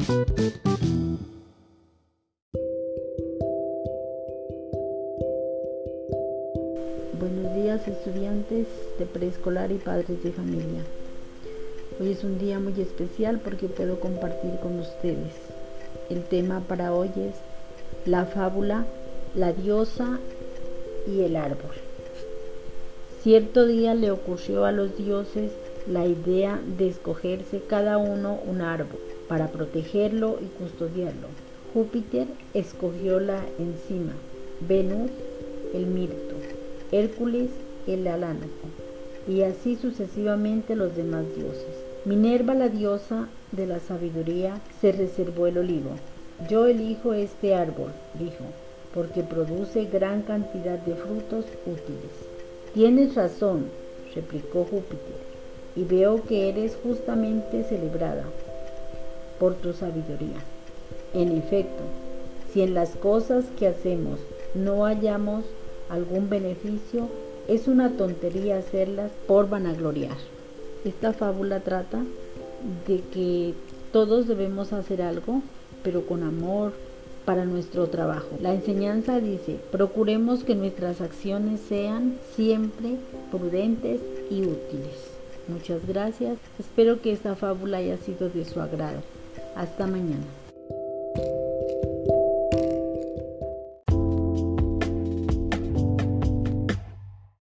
Buenos días, estudiantes de preescolar y padres de familia. Hoy es un día muy especial porque puedo compartir con ustedes. El tema para hoy es la fábula La diosa y el árbol. Cierto día le ocurrió a los dioses la idea de escogerse cada uno un árbol para protegerlo y custodiarlo. Júpiter escogió la encina, Venus el mirto, Hércules el álano, y así sucesivamente los demás dioses. Minerva, la diosa de la sabiduría, se reservó el olivo. Yo elijo este árbol, dijo, porque produce gran cantidad de frutos útiles. Tienes razón, replicó Júpiter, y veo que eres justamente celebrada por tu sabiduría. En efecto, si en las cosas que hacemos no hallamos algún beneficio, es una tontería hacerlas por vanagloriar. Esta fábula trata de que todos debemos hacer algo, pero con amor, para nuestro trabajo. La enseñanza dice: procuremos que nuestras acciones sean siempre prudentes y útiles. Muchas gracias. Espero que esta fábula haya sido de su agrado. Hasta mañana.